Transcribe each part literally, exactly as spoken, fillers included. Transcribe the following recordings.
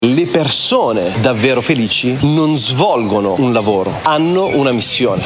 Le persone davvero felici non svolgono un lavoro, hanno una missione.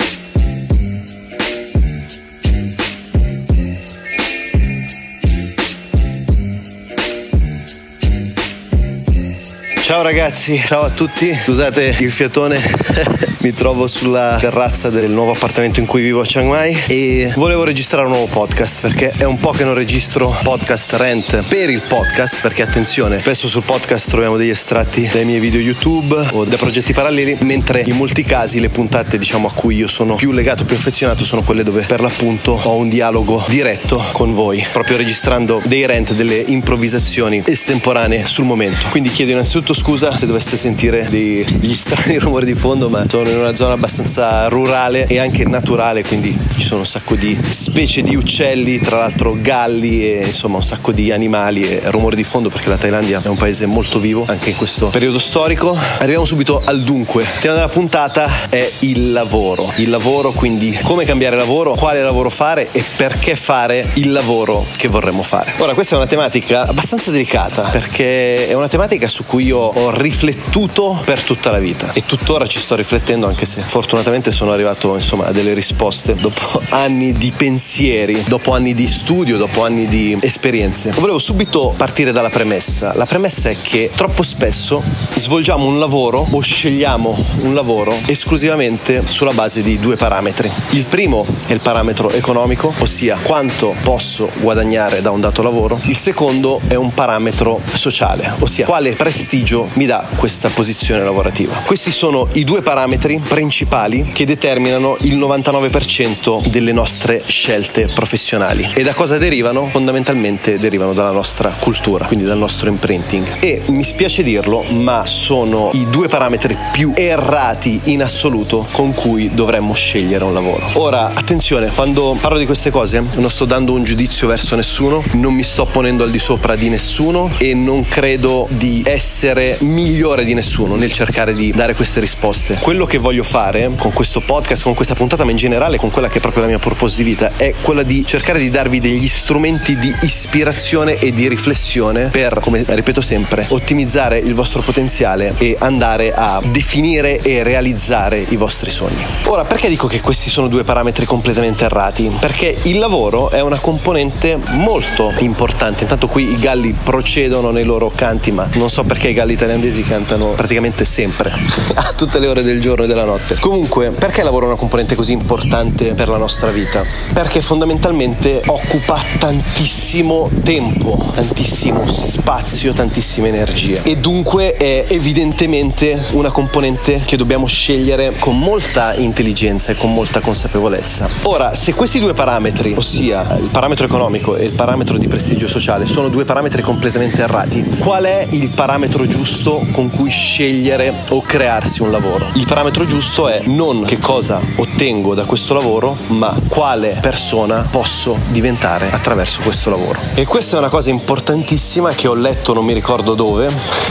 Ciao ragazzi, ciao a tutti, scusate il fiatone, mi trovo sulla terrazza del nuovo appartamento in cui vivo a Chiang Mai e volevo registrare un nuovo podcast perché è un po' che non registro podcast rant per il podcast, perché attenzione, spesso sul podcast troviamo degli estratti dai miei video YouTube o dai progetti paralleli, mentre in molti casi le puntate diciamo a cui io sono più legato, più affezionato sono quelle dove per l'appunto ho un dialogo diretto con voi, proprio registrando dei rant, delle improvvisazioni estemporanee sul momento. Quindi chiedo innanzitutto scusa se doveste sentire dei, degli strani rumori di fondo, ma sono in una zona abbastanza rurale e anche naturale, quindi ci sono un sacco di specie di uccelli, tra l'altro galli e insomma un sacco di animali e rumori di fondo, perché la Thailandia è un paese molto vivo anche in questo periodo storico. Arriviamo subito al dunque. Il tema della puntata è il lavoro. Il lavoro, quindi come cambiare lavoro, quale lavoro fare e perché fare il lavoro che vorremmo fare. Ora, questa è una tematica abbastanza delicata perché è una tematica su cui io ho riflettuto per tutta la vita e tuttora ci sto riflettendo, anche se fortunatamente sono arrivato insomma a delle risposte dopo anni di pensieri, dopo anni di studio, dopo anni di esperienze. Volevo subito partire dalla premessa. La premessa è che troppo spesso svolgiamo un lavoro o scegliamo un lavoro esclusivamente sulla base di due parametri. Il primo è il parametro economico, ossia quanto posso guadagnare da un dato lavoro. Il secondo è un parametro sociale, ossia quale prestigio mi dà questa posizione lavorativa. Questi sono i due parametri principali che determinano il novantanove per cento delle nostre scelte professionali. E da cosa derivano? Fondamentalmente derivano dalla nostra cultura, quindi dal nostro imprinting. E mi spiace dirlo, ma sono i due parametri più errati in assoluto con cui dovremmo scegliere un lavoro. Ora, attenzione, quando parlo di queste cose non sto dando un giudizio verso nessuno, non mi sto ponendo al di sopra di nessuno e non credo di essere migliore di nessuno nel cercare di dare queste risposte. Quello che voglio fare con questo podcast, con questa puntata, ma in generale con quella che è proprio la mia purpose di vita, è quella di cercare di darvi degli strumenti di ispirazione e di riflessione per, come ripeto sempre, ottimizzare il vostro potenziale e andare a definire e realizzare i vostri sogni. Ora, perché dico che questi sono due parametri completamente errati? Perché il lavoro è una componente molto importante. Intanto qui i galli procedono nei loro canti, ma non so perché i galli thailandesi cantano praticamente sempre a tutte le ore del giorno e della notte. Comunque, perché il lavoro è una componente così importante per la nostra vita? Perché fondamentalmente occupa tantissimo tempo, tantissimo spazio, tantissime energie e dunque è evidentemente una componente che dobbiamo scegliere con molta intelligenza e con molta consapevolezza. Ora, se questi due parametri, ossia il parametro economico e il parametro di prestigio sociale, sono due parametri completamente errati, qual è il parametro giusto con cui scegliere o crearsi un lavoro? Il parametro giusto è non che cosa ottengo da questo lavoro, ma quale persona posso diventare attraverso questo lavoro. E questa è una cosa importantissima che ho letto, non mi ricordo dove,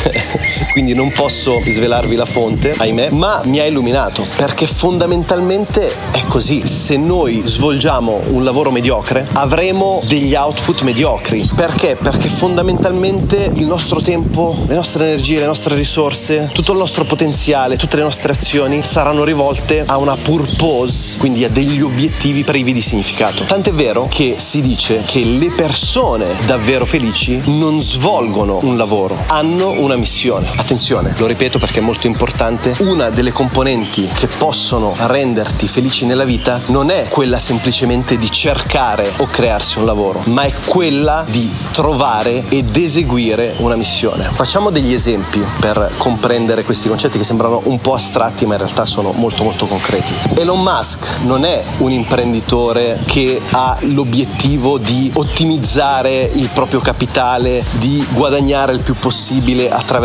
quindi non posso svelarvi la fonte, ahimè, ma mi ha illuminato, perché fondamentalmente è così. Se noi svolgiamo un lavoro mediocre, avremo degli output mediocri. Perché? Perché fondamentalmente il nostro tempo, le nostre energie, le nostre risorse, tutto il nostro potenziale, tutte le nostre azioni saranno rivolte a una purpose, quindi a degli obiettivi privi di significato. Tant'è vero che si dice che le persone davvero felici non svolgono un lavoro, hanno una missione. Attenzione, lo ripeto perché è molto importante, una delle componenti che possono renderti felici nella vita non è quella semplicemente di cercare o crearsi un lavoro, ma è quella di trovare ed eseguire una missione. Facciamo degli esempi per comprendere questi concetti che sembrano un po' astratti, ma in realtà sono molto molto concreti. Elon Musk non è un imprenditore che ha l'obiettivo di ottimizzare il proprio capitale, di guadagnare il più possibile attraverso le sue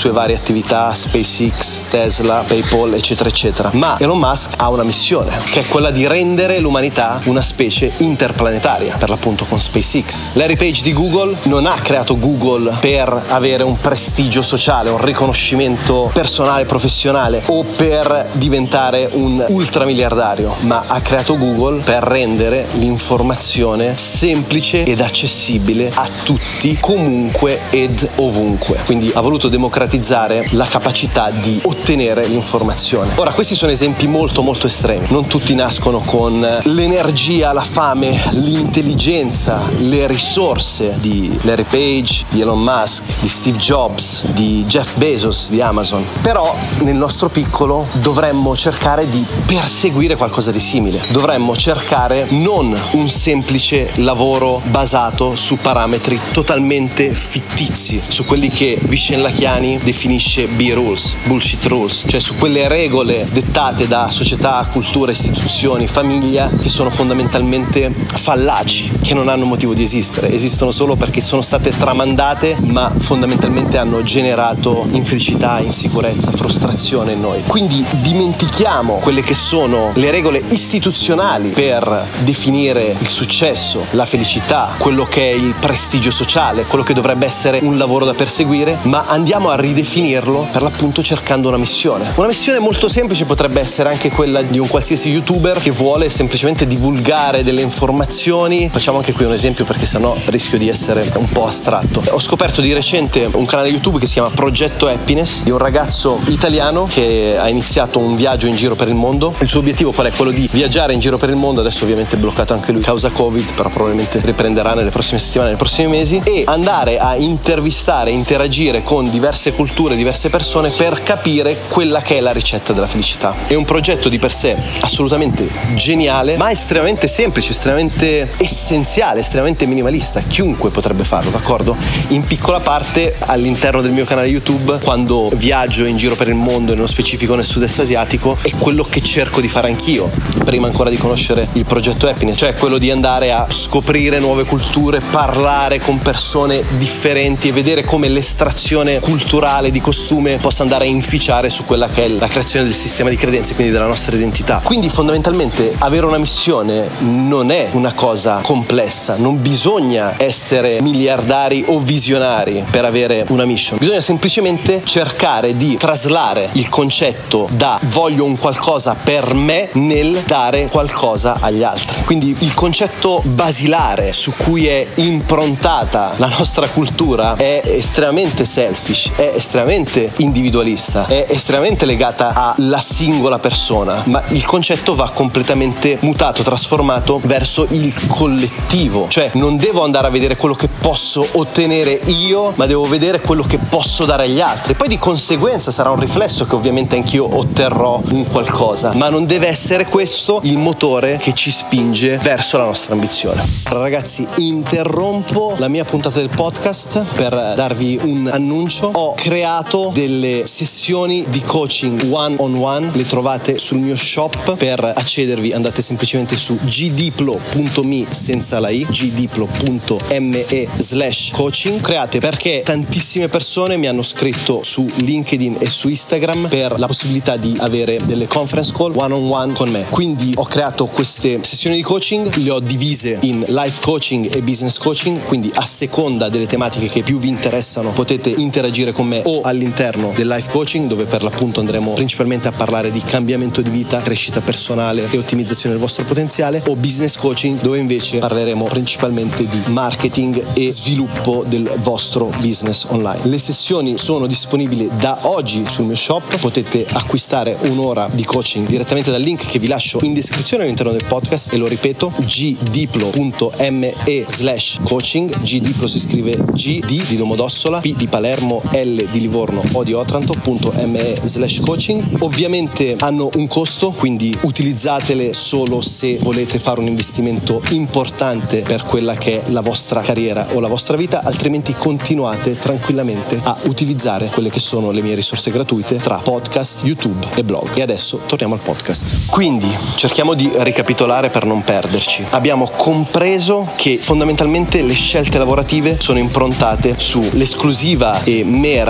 sue varie attività, SpaceX, Tesla, PayPal, eccetera eccetera. Ma Elon Musk ha una missione, che è quella di rendere l'umanità una specie interplanetaria, per l'appunto con SpaceX. Larry Page di Google non ha creato Google per avere un prestigio sociale, un riconoscimento personale, professionale o per diventare un ultramiliardario, ma ha creato Google per rendere l'informazione semplice ed accessibile a tutti, comunque ed ovunque. Quindi ha voluto democratizzare la capacità di ottenere l'informazione. Ora, questi sono esempi molto molto estremi. Non tutti nascono con l'energia, la fame, l'intelligenza, le risorse di Larry Page, di Elon Musk, di Steve Jobs, di Jeff Bezos, di Amazon. Però nel nostro piccolo dovremmo cercare di perseguire qualcosa di simile. Dovremmo cercare non un semplice lavoro basato su parametri totalmente fittizi, su quelli che Vishen Lakhiani definisce B-rules, bullshit rules, cioè su quelle regole dettate da società, cultura, istituzioni, famiglia, che sono fondamentalmente fallaci, che non hanno motivo di esistere, esistono solo perché sono state tramandate, ma fondamentalmente hanno generato infelicità, insicurezza, frustrazione in noi. Quindi dimentichiamo quelle che sono le regole istituzionali per definire il successo, la felicità, quello che è il prestigio sociale, quello che dovrebbe essere un lavoro da perseguire, ma andiamo a ridefinirlo per l'appunto cercando una missione. Una missione molto semplice potrebbe essere anche quella di un qualsiasi youtuber che vuole semplicemente divulgare delle informazioni. Facciamo anche qui un esempio, perché sennò rischio di essere un po' astratto. Ho scoperto di recente un canale YouTube che si chiama Progetto Happiness, di un ragazzo italiano che ha iniziato un viaggio in giro per il mondo. Il suo obiettivo qual è? Quello di viaggiare in giro per il mondo. Adesso ovviamente è bloccato anche lui causa Covid, però probabilmente riprenderà nelle prossime settimane, nei prossimi mesi, e andare a intervistare, interagire con diverse culture, diverse persone per capire quella che è la ricetta della felicità. È un progetto di per sé assolutamente geniale, ma estremamente semplice, estremamente essenziale, estremamente minimalista. Chiunque potrebbe farlo, d'accordo? In piccola parte all'interno del mio canale YouTube, quando viaggio in giro per il mondo, e nello specifico nel sud-est asiatico, è quello che cerco di fare anch'io, prima ancora di conoscere il progetto Happiness, cioè quello di andare a scoprire nuove culture, parlare con persone differenti e vedere come l'estrazione culturale di costume possa andare a inficiare su quella che è la creazione del sistema di credenze, quindi della nostra identità. Quindi fondamentalmente avere una missione non è una cosa complessa, non bisogna essere miliardari o visionari per avere una mission, bisogna semplicemente cercare di traslare il concetto da voglio un qualcosa per me nel dare qualcosa agli altri. Quindi il concetto basilare su cui è improntata la nostra cultura è estremamente selfish, è estremamente individualista, è estremamente legata alla singola persona, ma il concetto va completamente mutato, trasformato verso il collettivo. Cioè non devo andare a vedere quello che posso ottenere io, ma devo vedere quello che posso dare agli altri. Poi di conseguenza sarà un riflesso che ovviamente anch'io otterrò un qualcosa, ma non deve essere questo il motore che ci spinge verso la nostra ambizione. Allora, ragazzi, interrompo la mia puntata del podcast per darvi un annuncio. Ho creato delle sessioni di coaching one on one, le trovate sul mio shop. Per accedervi andate semplicemente su gdiplo punto me senza la i, gdiplo punto me slash coaching. Create perché tantissime persone mi hanno scritto su LinkedIn e su Instagram per la possibilità di avere delle conference call one on one con me. Quindi ho creato queste sessioni di coaching, le ho divise in life coaching e business coaching, quindi a seconda delle tematiche che più vi interessano potete interagire con me o all'interno del life coaching, dove per l'appunto andremo principalmente a parlare di cambiamento di vita, crescita personale e ottimizzazione del vostro potenziale, o business coaching, dove invece parleremo principalmente di marketing e sviluppo del vostro business online. Le sessioni sono disponibili da oggi sul mio shop, potete acquistare un'ora di coaching direttamente dal link che vi lascio in descrizione all'interno del podcast, e lo ripeto, gdiplo punto me slash coaching. Gdiplo si scrive G di di Domodossola, P di Palermo, L di Livorno, O di Otranto, punto me slash coaching. Ovviamente hanno un costo, quindi utilizzatele solo se volete fare un investimento importante per quella che è la vostra carriera o la vostra vita, altrimenti continuate tranquillamente a utilizzare quelle che sono le mie risorse gratuite tra podcast, YouTube e blog. E adesso torniamo al podcast. Quindi cerchiamo di ricapitolare per non perderci. Abbiamo compreso che fondamentalmente le scelte lavorative sono improntate sull'esclusiva e mera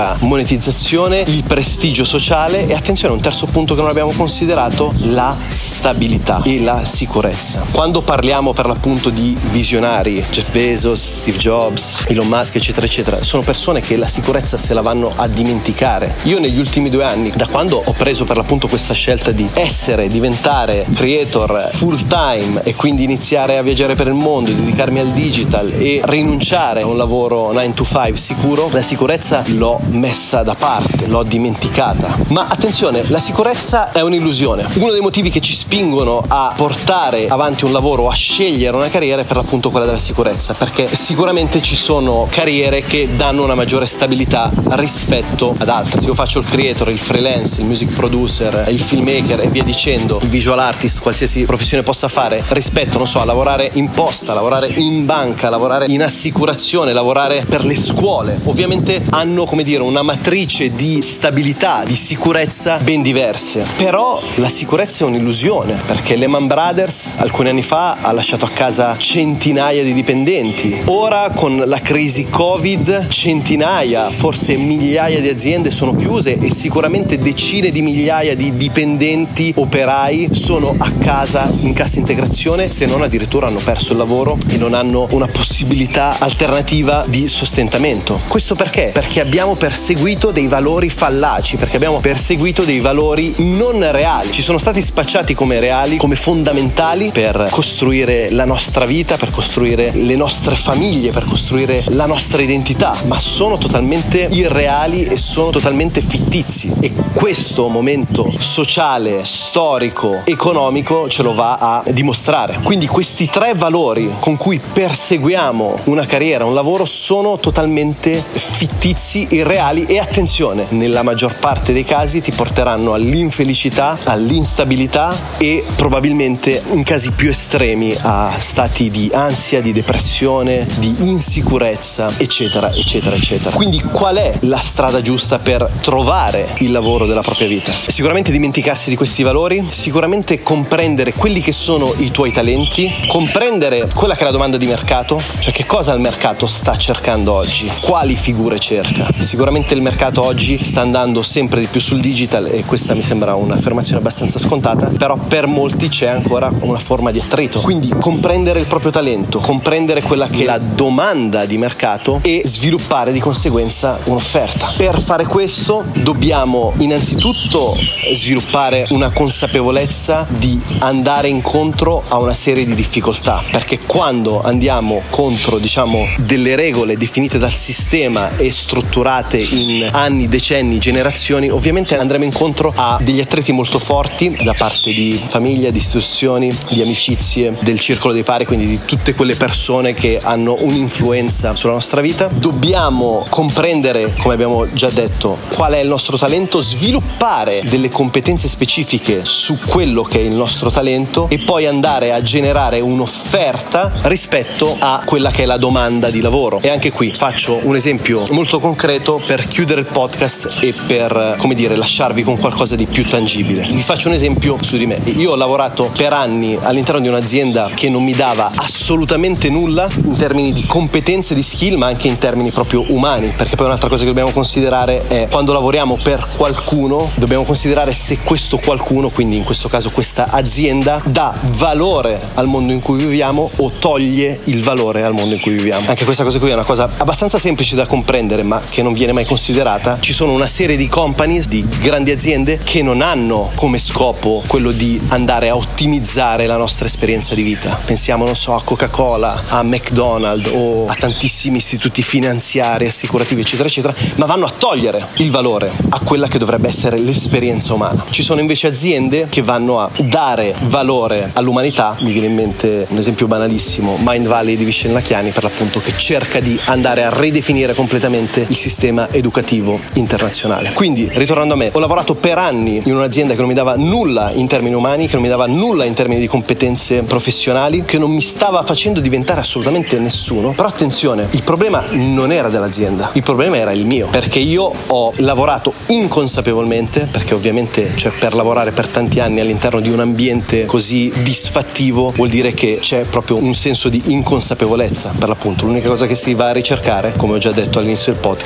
la monetizzazione, il prestigio sociale e, attenzione, un terzo punto che non abbiamo considerato, la stabilità e la sicurezza. Quando parliamo per l'appunto di visionari, Jeff Bezos, Steve Jobs, Elon Musk, eccetera eccetera, sono persone che la sicurezza se la vanno a dimenticare. Io negli ultimi due anni, da quando ho preso per l'appunto questa scelta di essere, diventare creator full time e quindi iniziare a viaggiare per il mondo, dedicarmi al digital e rinunciare a un lavoro nine to five sicuro, la sicurezza l'ho messa da parte, l'ho dimenticata. Ma attenzione, la sicurezza è un'illusione. Uno dei motivi che ci spingono a portare avanti un lavoro, a scegliere una carriera, è per l'appunto quella della sicurezza, perché sicuramente ci sono carriere che danno una maggiore stabilità rispetto ad altre. Se io faccio il creator, il freelance, il music producer, il filmmaker e via dicendo, il visual artist, qualsiasi professione possa fare, rispetto, non so, a lavorare in posta, lavorare in banca, lavorare in assicurazione, lavorare per le scuole, ovviamente hanno, come dire, una matrice di stabilità, di sicurezza ben diverse. Però la sicurezza è un'illusione, perché Lehman Brothers alcuni anni fa ha lasciato a casa centinaia di dipendenti. Ora con la crisi Covid centinaia, forse migliaia di aziende sono chiuse e sicuramente decine di migliaia di dipendenti, operai sono a casa in cassa integrazione, se non addirittura hanno perso il lavoro e non hanno una possibilità alternativa di sostentamento. Questo perché? Perché abbiamo perseguito dei valori fallaci, perché abbiamo perseguito dei valori non reali. Ci sono stati spacciati come reali, come fondamentali per costruire la nostra vita, per costruire le nostre famiglie, per costruire la nostra identità, ma sono totalmente irreali e sono totalmente fittizi. E questo momento sociale, storico, economico ce lo va a dimostrare. Quindi questi tre valori con cui perseguiamo una carriera, un lavoro, sono totalmente fittizi, irreali e, attenzione, nella maggior parte dei casi ti porteranno all'infelicità, all'instabilità e probabilmente, in casi più estremi, a stati di ansia, di depressione, di insicurezza, eccetera eccetera eccetera. Quindi qual è la strada giusta per trovare il lavoro della propria vita? Sicuramente dimenticarsi di questi valori, sicuramente comprendere quelli che sono i tuoi talenti, comprendere quella che è la domanda di mercato, cioè che cosa il mercato sta cercando oggi, quali figure cerca. Sicuramente il mercato oggi sta andando sempre di più sul digital e questa mi sembra un'affermazione abbastanza scontata, però per molti c'è ancora una forma di attrito. Quindi comprendere il proprio talento, comprendere quella che è la domanda di mercato e sviluppare di conseguenza un'offerta. Per fare questo dobbiamo innanzitutto sviluppare una consapevolezza di andare incontro a una serie di difficoltà, perché quando andiamo contro, diciamo, delle regole definite dal sistema e strutturate in anni, decenni, generazioni, ovviamente andremo incontro a degli attriti molto forti da parte di famiglia, di istituzioni, di amicizie, del circolo dei pari, quindi di tutte quelle persone che hanno un'influenza sulla nostra vita. Dobbiamo comprendere, come abbiamo già detto, qual è il nostro talento, sviluppare delle competenze specifiche su quello che è il nostro talento e poi andare a generare un'offerta rispetto a quella che è la domanda di lavoro. E anche qui faccio un esempio molto concreto per chiudere il podcast e per, come dire, lasciarvi con qualcosa di più tangibile. Vi faccio un esempio su di me. Io ho lavorato per anni all'interno di un'azienda che non mi dava assolutamente nulla in termini di competenze, di skill, ma anche in termini proprio umani, perché poi un'altra cosa che dobbiamo considerare è, quando lavoriamo per qualcuno, dobbiamo considerare se questo qualcuno, quindi in questo caso questa azienda, dà valore al mondo in cui viviamo o toglie il valore al mondo in cui viviamo. Anche questa cosa qui è una cosa abbastanza semplice da comprendere, ma che non viene mai considerata. Ci sono una serie di companies, di grandi aziende, che non hanno come scopo quello di andare a ottimizzare la nostra esperienza di vita. Pensiamo, non so, a Coca-Cola, a McDonald's o a tantissimi istituti finanziari, assicurativi, eccetera eccetera, ma vanno a togliere il valore a quella che dovrebbe essere l'esperienza umana. Ci sono invece aziende che vanno a dare valore all'umanità. Mi viene in mente un esempio banalissimo, Mind Valley di Vishen Lakhiani, per l'appunto, che cerca di andare a ridefinire completamente il sistema educativo internazionale. Quindi, ritornando a me, ho lavorato per anni in un'azienda che non mi dava nulla in termini umani, che non mi dava nulla in termini di competenze professionali, che non mi stava facendo diventare assolutamente nessuno. Però attenzione, il problema non era dell'azienda, il problema era il mio, perché io ho lavorato inconsapevolmente, perché ovviamente, cioè, per lavorare per tanti anni all'interno di un ambiente così disfattivo vuol dire che c'è proprio un senso di inconsapevolezza, per l'appunto. L'unica cosa che si va a ricercare, come ho già detto all'inizio del podcast,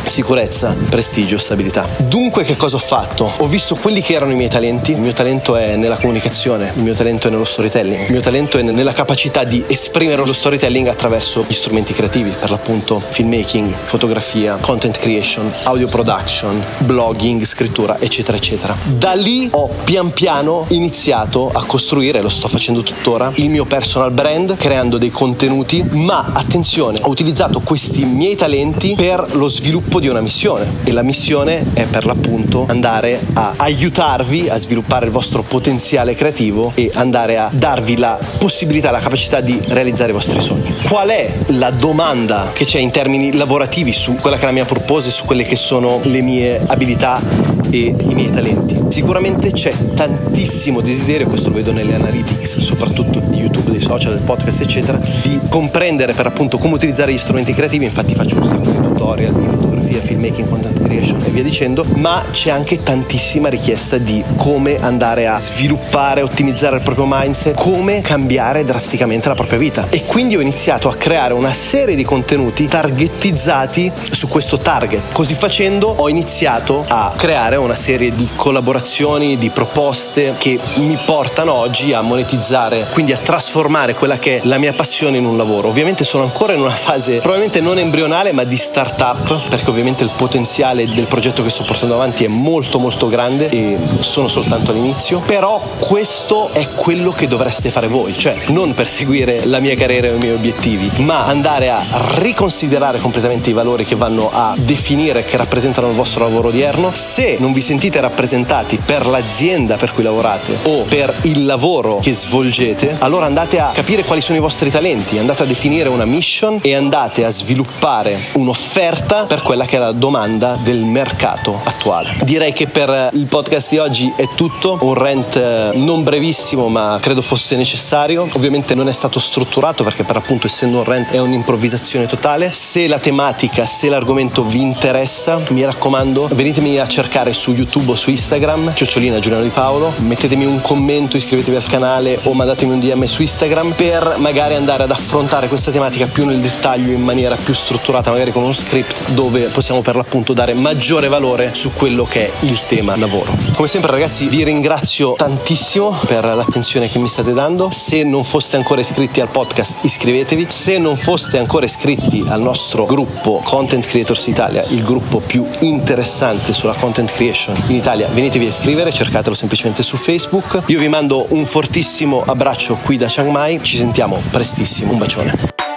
sicurezza, prestigio, stabilità. Dunque che cosa ho fatto? Ho visto quelli che erano i miei talenti. Il mio talento è nella comunicazione, il mio talento è nello storytelling, il mio talento è nella capacità di esprimere lo storytelling attraverso gli strumenti creativi, per l'appunto filmmaking, fotografia, content creation, audio production, blogging, scrittura, eccetera eccetera. Da lì ho pian piano iniziato a costruire, lo sto facendo tuttora, il mio personal brand, creando dei contenuti, ma attenzione, ho utilizzato questi miei talenti per lo sviluppo di una missione, e la missione è per l'appunto andare a aiutarvi a sviluppare il vostro potenziale creativo e andare a darvi la possibilità, la capacità di realizzare i vostri sogni. Qual è la domanda che c'è in termini lavorativi su quella che è la mia purpose, su quelle che sono le mie abilità e i miei talenti? Sicuramente c'è tantissimo desiderio, questo lo vedo nelle analytics soprattutto di YouTube, dei social, del podcast eccetera, di comprendere per appunto come utilizzare gli strumenti creativi. Infatti faccio un sacco di tutorial di fotografia, filmmaking, content creation e via dicendo, ma c'è anche tantissima richiesta di come andare a sviluppare, ottimizzare il proprio mindset, come cambiare drasticamente la propria vita. E quindi ho iniziato a creare una serie di contenuti targetizzati su questo target. Così facendo ho iniziato a creare una serie di collaborazioni, di proposte che mi portano oggi a monetizzare, quindi a trasformare quella che è la mia passione in un lavoro. Ovviamente sono ancora in una fase probabilmente non embrionale, ma di startup, perché ovviamente il potenziale del progetto che sto portando avanti è molto molto grande e sono soltanto all'inizio. Però questo è quello che dovreste fare voi, cioè non perseguire la mia carriera e i miei obiettivi, ma andare a riconsiderare completamente i valori che vanno a definire, che rappresentano il vostro lavoro odierno. Se non vi sentite rappresentati per l'azienda per cui lavorate o per il lavoro che svolgete, allora andate a capire quali sono i vostri talenti, andate a definire una mission e andate a sviluppare un'offerta per quella che è la domanda del mercato attuale. Direi che per il podcast di oggi è tutto, un rant non brevissimo ma credo fosse necessario. Ovviamente non è stato strutturato perché per appunto essendo un rant è un'improvvisazione totale. Se la tematica, se l'argomento vi interessa, mi raccomando venitemi a cercare su YouTube o su Instagram, chiocciolina Giuliano Di Paolo, mettetemi un commento, iscrivetevi al canale o mandatemi un D M su Instagram per magari andare ad affrontare questa tematica più nel dettaglio, in maniera più strutturata, magari con uno script dove possiamo per l'appunto dare maggiore valore su quello che è il tema lavoro. Come sempre ragazzi vi ringrazio tantissimo per l'attenzione che mi state dando. Se non foste ancora iscritti al podcast iscrivetevi, se non foste ancora iscritti al nostro gruppo Content Creators Italia, il gruppo più interessante sulla content creation in Italia, venitevi a iscrivere, cercatelo semplicemente su Facebook. Io vi mando un fortissimo abbraccio qui da Chiang Mai, ci sentiamo prestissimo, un bacione.